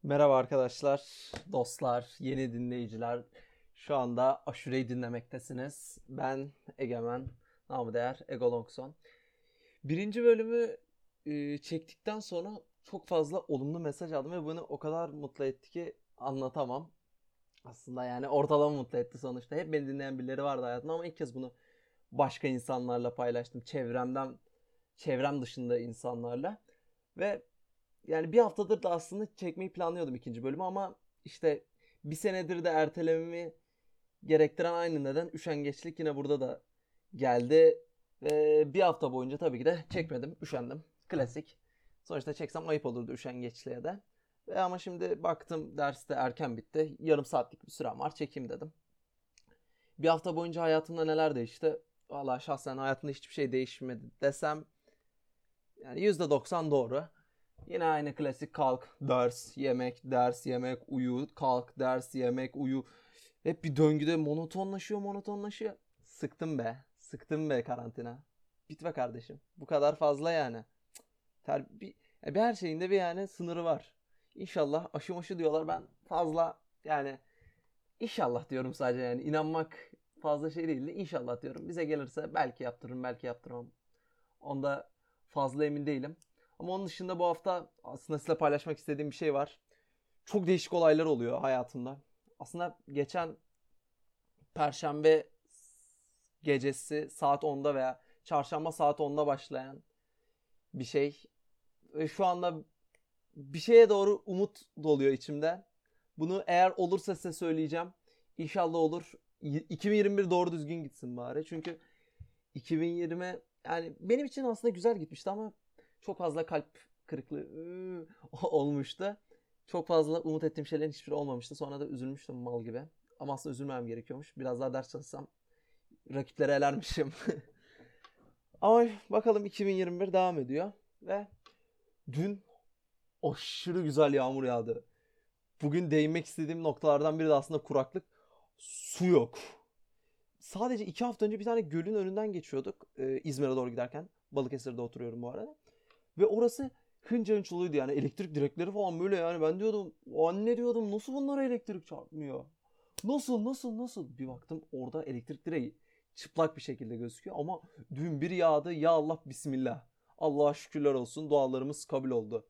Merhaba arkadaşlar, dostlar, yeni dinleyiciler. Şu anda Aşure'yi dinlemektesiniz. Ben Egemen, namı değer Ego Longson. Birinci bölümü çektikten sonra çok fazla olumlu mesaj aldım ve bunu o kadar mutlu etti ki anlatamam. Aslında yani ortalama mutlu etti sonuçta. Hep beni dinleyen birileri vardı hayatımda ama ilk kez bunu başka insanlarla paylaştım. Çevrem dışında insanlarla. Ve yani bir haftadır da aslında çekmeyi planlıyordum ikinci bölümü ama işte bir senedir de ertelememi gerektiren aynı neden üşengeçlik yine burada da geldi. Ve bir hafta boyunca tabii ki de çekmedim, üşendim. Klasik. Sonuçta çeksem ayıp olurdu üşengeçliğe de. Ve ama şimdi baktım ders de erken bitti. Yarım saatlik bir sürem var çekeyim dedim. Bir hafta boyunca hayatımda neler değişti? Valla şahsen hayatımda hiçbir şey değişmedi desem yani %90 doğru. Yine aynı klasik kalk, ders, yemek, uyu, kalk, ders, yemek, uyu. Hep bir döngüde monotonlaşıyor. Sıktım be. Sıktım be karantina. Bitme kardeşim. Bu kadar fazla yani. Bir, bir her şeyinde bir yani sınırı var. İnşallah aşı diyorlar ben fazla yani inşallah diyorum sadece yani inanmak fazla şey değil de inşallah diyorum. Bize gelirse belki yaptırırım belki yaptırmam. Onda fazla emin değilim. Ama onun dışında bu hafta aslında sizinle paylaşmak istediğim bir şey var. Çok değişik olaylar oluyor hayatımda. Aslında geçen Perşembe gecesi saat 10'da veya Çarşamba saat 10'da başlayan bir şey. Ve şu anda bir şeye doğru umut doluyor içimde. Bunu eğer olursa size söyleyeceğim. İnşallah olur. 2021 doğru düzgün gitsin bari. Çünkü 2020 yani benim için aslında güzel gitmişti ama çok fazla kalp kırıklığı olmuştu. Çok fazla umut ettiğim şeylerin hiçbiri olmamıştı. Sonra da üzülmüştüm mal gibi. Ama aslında üzülmemem gerekiyormuş. Biraz daha ders çalışsam rakiplere elermişim. Ama bakalım 2021 devam ediyor. Ve dün aşırı güzel yağmur yağdı. Bugün değinmek istediğim noktalardan biri de aslında kuraklık. Su yok. Sadece 2 hafta önce bir tane gölün önünden geçiyorduk. İzmir'e doğru giderken. Balıkesir'de oturuyorum bu arada. Ve orası hınca hınçlıydı yani elektrik direkleri falan böyle yani ben diyordum anne diyordum nasıl bunlara elektrik çarpmıyor? Nasıl? Bir baktım orada elektrik direği çıplak bir şekilde gözüküyor ama dün bir yağdı ya Allah bismillah. Allah'a şükürler olsun dualarımız kabul oldu.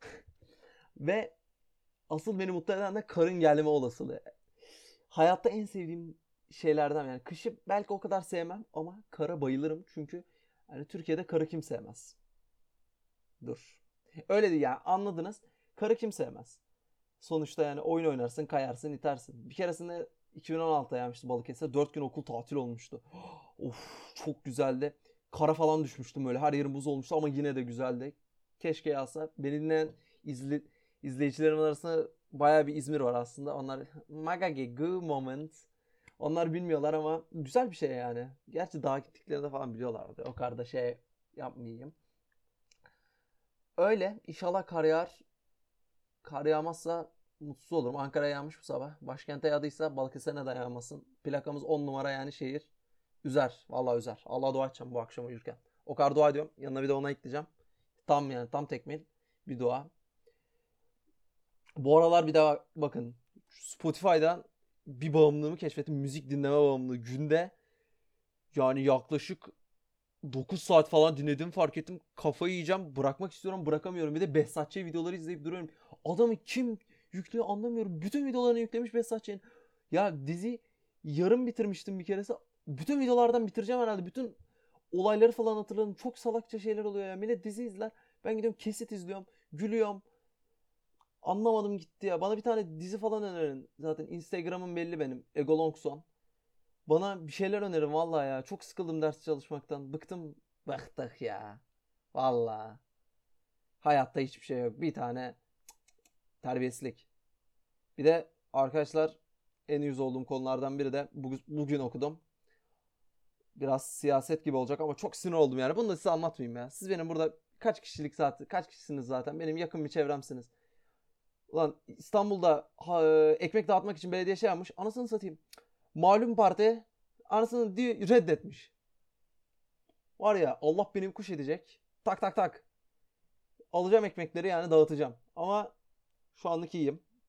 Ve asıl beni mutlu eden de karın gelme olasılığı. Hayatta en sevdiğim şeylerden yani kışı belki o kadar sevmem ama kara bayılırım çünkü yani Türkiye'de karı kim sevmez? Dur. Öyle değil yani anladınız. Karı kim sevmez? Sonuçta yani oyun oynarsın, kayarsın, itersin. Bir keresinde 2016'da yapmıştı Balıkesir'de. 4 gün okul tatil olmuştu. Of çok güzeldi. Kara falan düşmüştüm böyle. Her yerim buz olmuştu ama yine de güzeldi. Keşke yağsa. Beni dinleyen izle, izleyicilerim arasında baya bir İzmir var aslında. Onlar Magage Goo Moment. Onlar bilmiyorlar ama güzel bir şey yani. Gerçi dağa gittiklerinde falan biliyorlardı. O kadar da şey yapmayayım. Öyle. İnşallah kar yağar. Kar yağmazsa mutsuz olurum. Ankara'ya yağmış bu sabah. Başkente yağdıysa Balıkesir'e de yağmasın. Plakamız 10 numara yani şehir. Üzer. Vallahi üzer. Allah'a dua edeceğim bu akşam uyurken. O kadar dua ediyorum. Yanına bir de ona ekleyeceğim. Tam yani tam tekmil bir dua. Bu aralar bir daha bakın. Spotify'dan bir bağımlılığımı keşfettim. Müzik dinleme bağımlılığı. Günde yani yaklaşık 9 saat falan dinledim fark ettim. Kafayı yiyeceğim. Bırakmak istiyorum. Bırakamıyorum. Bir de Behzat Ç. videoları izleyip duruyorum. Adamı kim yüklüyor anlamıyorum. Bütün videolarını yüklemiş Behzat Ç'nin. Ya dizi yarım bitirmiştim bir keresi. Bütün videolardan bitireceğim herhalde. Bütün olayları falan hatırladım. Çok salakça şeyler oluyor ya. Millet dizi izler. Ben gidiyorum kesit izliyorum. Gülüyorum. Anlamadım gitti ya. Bana bir tane dizi falan önerin. Zaten Instagram'ım belli benim. Egolongson. Bana bir şeyler önerin vallahi ya. Çok sıkıldım ders çalışmaktan. Bıktım. Bıktık ya. Vallahi. Hayatta hiçbir şey yok. Bir tane terbiyesizlik. Bir de arkadaşlar en yüz olduğum konulardan biri de bugün okudum. Biraz siyaset gibi olacak ama çok sinir oldum yani. Bunu da size anlatmayayım ya. Siz benim burada kaç kişisiniz zaten? Benim yakın bir çevremsiniz. Ulan İstanbul'da ekmek dağıtmak için belediye şey yapmış. Anasını satayım. Malum parti anasını reddetmiş. Var ya Allah benim kuş edecek. Tak tak tak. Alacağım ekmekleri yani dağıtacağım. Ama şu anlık iyiyim.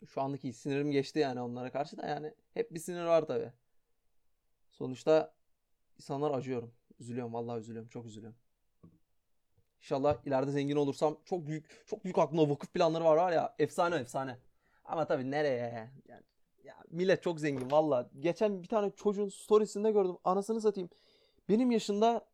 Şu andaki sinirim geçti yani onlara karşı da, yani hep bir sinir var tabii. Sonuçta insanlar, acıyorum. Üzülüyorum, vallahi üzülüyorum, çok üzülüyorum. İnşallah ileride zengin olursam çok büyük aklımda vakıf planları var ya, efsane efsane. Ama tabii nereye yani, ya millet çok zengin valla. Geçen bir tane çocuğun storiesinde gördüm. Anasını satayım. Benim yaşında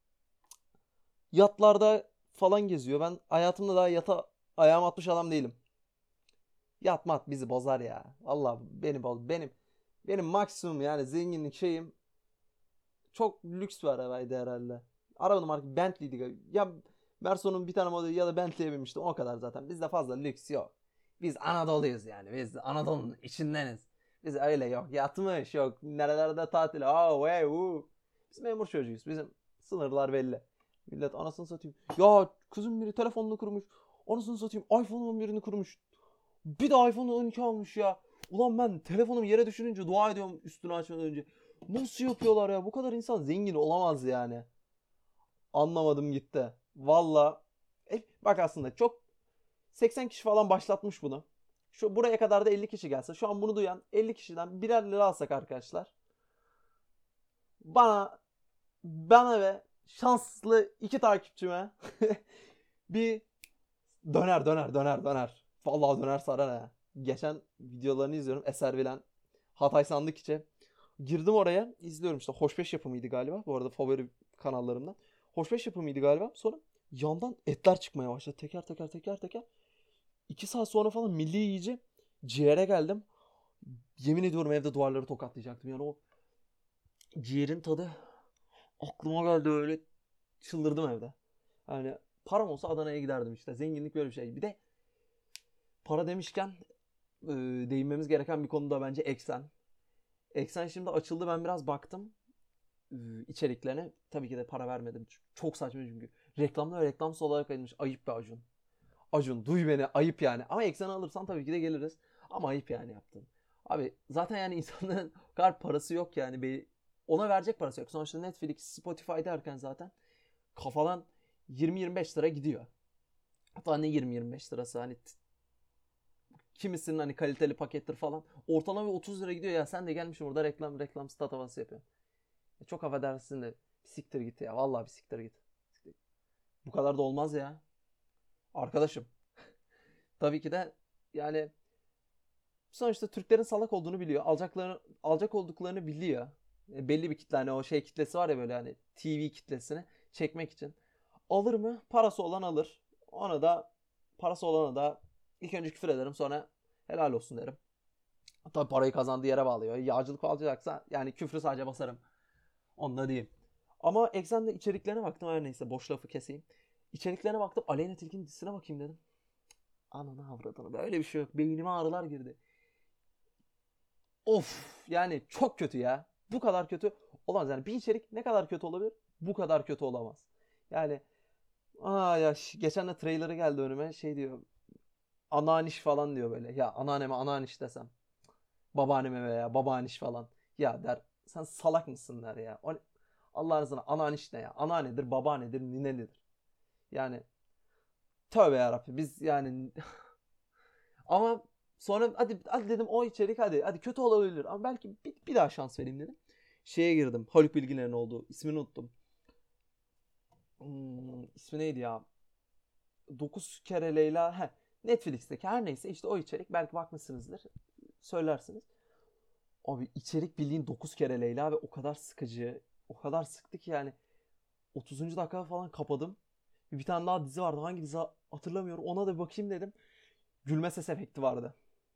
yatlarda falan geziyor. Ben hayatımda daha yata ayağım atmış adam değilim. Yat mat bizi bozar ya. Valla beni boz. Benim maksimum yani zenginlik şeyim, çok lüks bir arabaydı herhalde. Arabanın markası Bentley'di galiba. Ya Merson'un bir tane modeli ya da Bentley'e binmiştim. O kadar zaten. Bizde fazla lüks yok. Biz Anadolu'yuz yani. Biz Anadolu'nun içindeniz. Biz öyle yok. Yatmış yok. Nerelerde tatil. Oh, hey, Biz memur çocuğuyuz. Bizim sınırlar belli. Millet anasını satayım. Ya kızım biri telefonunu kurmuş. Anasını satayım. iPhone 11'ini kurmuş. Bir de iPhone 12 almış ya. Ulan ben telefonumu yere düşürünce dua ediyorum üstünü açmadan önce. Nasıl yapıyorlar ya? Bu kadar insan zengin olamaz yani. Anlamadım gitti. Valla. Bak aslında çok 80 kişi falan başlatmış bunu. Şu buraya kadar da 50 kişi gelse. Şu an bunu duyan 50 kişiden birer lira alsak arkadaşlar. Bana bana ve şanslı iki takipçime bir döner. Vallahi döner sarar ha. Geçen videolarını izliyorum. Eser Bilen Hatay Sandık içi. Girdim oraya, izliyorum işte. Hoşbeş yapımıydı galiba. Bu arada favori kanallarımdan. Hoşbeş yapımıydı galiba. Sonra yandan etler çıkmaya başladı. Teker teker teker teker. 2 saat sonra falan milli yiyici ciğere geldim. Yemin ediyorum evde duvarları tokatlayacaktım. Yani o ciğerin tadı aklıma geldi, öyle çıldırdım evde. Yani param olsa Adana'ya giderdim işte. Zenginlik böyle bir şey. Bir de para demişken değinmemiz gereken bir konu da bence Eksen. Eksen şimdi açıldı, ben biraz baktım içeriklerine. Tabii ki de para vermedim. Çok saçma çünkü. Reklamlar reklamsız olarak verilmiş. Ayıp be Acun. Acun duy beni, ayıp yani. Ama Eksen'i alırsan tabii ki de geliriz. Ama ayıp yani yaptın. Abi zaten yani insanların o kadar parası yok yani. Ona verecek parası yok. Sonuçta Netflix, Spotify derken zaten kafadan 20-25 lira gidiyor. Hatta ne 20-25 lirası, hani kimisinin hani kaliteli pakettir falan. Ortalama 30 lira gidiyor ya, sen de gelmişsin burada reklam stat havası yapıyorsun. Çok affedersin de siktir git ya. Vallahi bir siktir git. Bu kadar da olmaz ya. Arkadaşım. Tabii ki de yani sonuçta Türklerin salak olduğunu biliyor. Alacak olduklarını biliyor. Belli bir kitle, hani o şey kitlesi var ya, böyle hani TV kitlesini çekmek için. Alır mı? Parası olan alır. Ona da, parası olana da ilk önce küfür ederim, sonra helal olsun derim. Tabii parayı kazandığı yere bağlıyor. Yağcılık alacaksa yani küfrü sadece basarım. Onunla diyeyim. Ama Exxen'de içeriklerine baktım, her neyse boş lafı keseyim. İçeriklerine baktım, Aleyna Tilki'nin dizisine bakayım dedim. Ananı avradını, böyle bir şey yok. Beynime ağrılar girdi. Of yani çok kötü ya. Bu kadar kötü olamaz. Yani bir içerik ne kadar kötü olabilir? Bu kadar kötü olamaz. Yani ya geçen de trailerı geldi önüme, şey diyor. Anneanniş falan diyor böyle. Ya anneanneme anneanniş desem. Babaanneme veya babaanniş falan. Ya der, sen salak mısın der ya. Allah'ın izniyle anneanniş ne ya? Anneannedir, babaannedir, ninedir. Yani tövbe yarabbim biz yani. Ama sonra hadi dedim, o içerik hadi kötü olabilir ama belki bir daha şans vereyim dedim. Şeye girdim. Haluk Bilginer'in olduğu. İsmini unuttum. İsmi neydi ya? 9 kere Leyla. Netflix'teki her neyse işte o içerik. Belki bakmışsınızdır. Söylersiniz. Abi içerik bildiğin 9 kere Leyla ve o kadar sıkıcı. O kadar sıktı ki yani 30. dakika falan kapadım. Bir tane daha dizi vardı. Hangi dizi hatırlamıyorum. Ona da bir bakayım dedim. Gülme ses efekti vardı.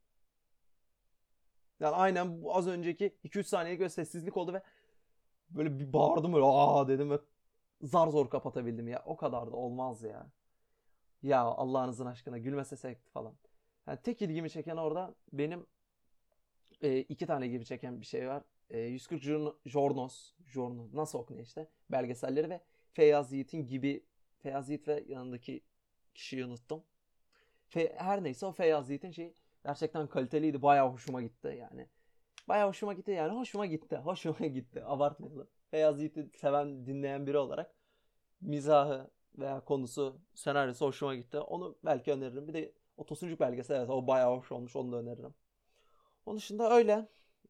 Yani aynen bu az önceki 2-3 saniyelik böyle sessizlik oldu ve böyle bir bağırdım, böyle dedim ve zar zor kapatabildim ya. O kadar da olmaz ya. Ya Allah'ınızın aşkına, gülme ses efekti falan. Yani tek ilgimi çeken orada benim, iki tane ilgimi çeken bir şey var. 140 Jornos nasıl okunuyor işte, belgeselleri ve Feyyaz Yiğit'in gibi, Feyyaz Yiğit ve yanındaki kişiyi unuttum. Her neyse, o Feyyaz Yiğit'in şeyi gerçekten kaliteliydi. Bayağı hoşuma gitti yani. Bayağı hoşuma gitti yani. Hoşuma gitti. Hoşuma gitti. Abartmayalım. Feyyaz Yiğit'i seven, dinleyen biri olarak mizahı veya konusu, senaryosu hoşuma gitti. Onu belki öneririm. Bir de O Tosuncuk belgesel, evet, o bayağı hoş olmuş, onu da öneririm. Onun dışında öyle.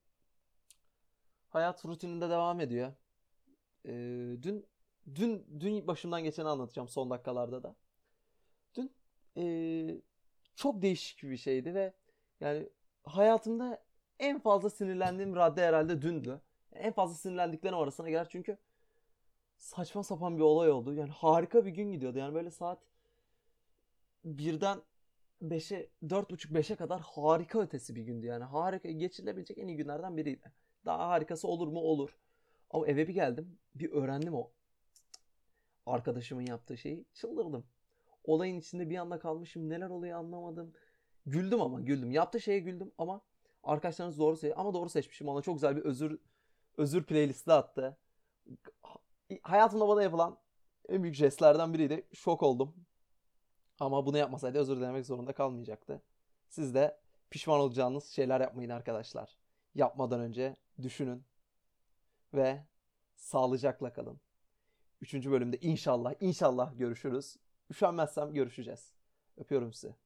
Hayat rutininde devam ediyor. Ee, dün dün başımdan geçeni anlatacağım son dakikalarda da. Dün ee, çok değişik bir şeydi ve yani hayatımda en fazla sinirlendiğim radde herhalde dündü. En fazla sinirlendiklerim arasına girer çünkü saçma sapan bir olay oldu. Yani harika bir gün gidiyordu. Yani böyle saat birden 5'e, 4.30-5'e kadar harika ötesi bir gündü yani. Harika, geçirilebilecek en iyi günlerden biriydi. Daha harikası olur mu? Olur. Ama eve bir geldim. Bir öğrendim o arkadaşımın yaptığı şeyi. Çıldırdım. Olayın içinde bir anda kalmışım. Neler oluyor anlamadım. Güldüm ama güldüm. Yaptığı şeye güldüm ama arkadaşlarınız doğru seçti. Ama doğru seçmişim. Ona çok güzel bir özür playlisti attı. Hayatımda bana yapılan en büyük jestlerden biriydi. Şok oldum. Ama bunu yapmasaydı özür dilemek zorunda kalmayacaktı. Siz de pişman olacağınız şeyler yapmayın arkadaşlar. Yapmadan önce düşünün ve sağlıcakla kalın. Üçüncü bölümde inşallah görüşürüz. Üşenmezsem görüşeceğiz. Öpüyorum sizi.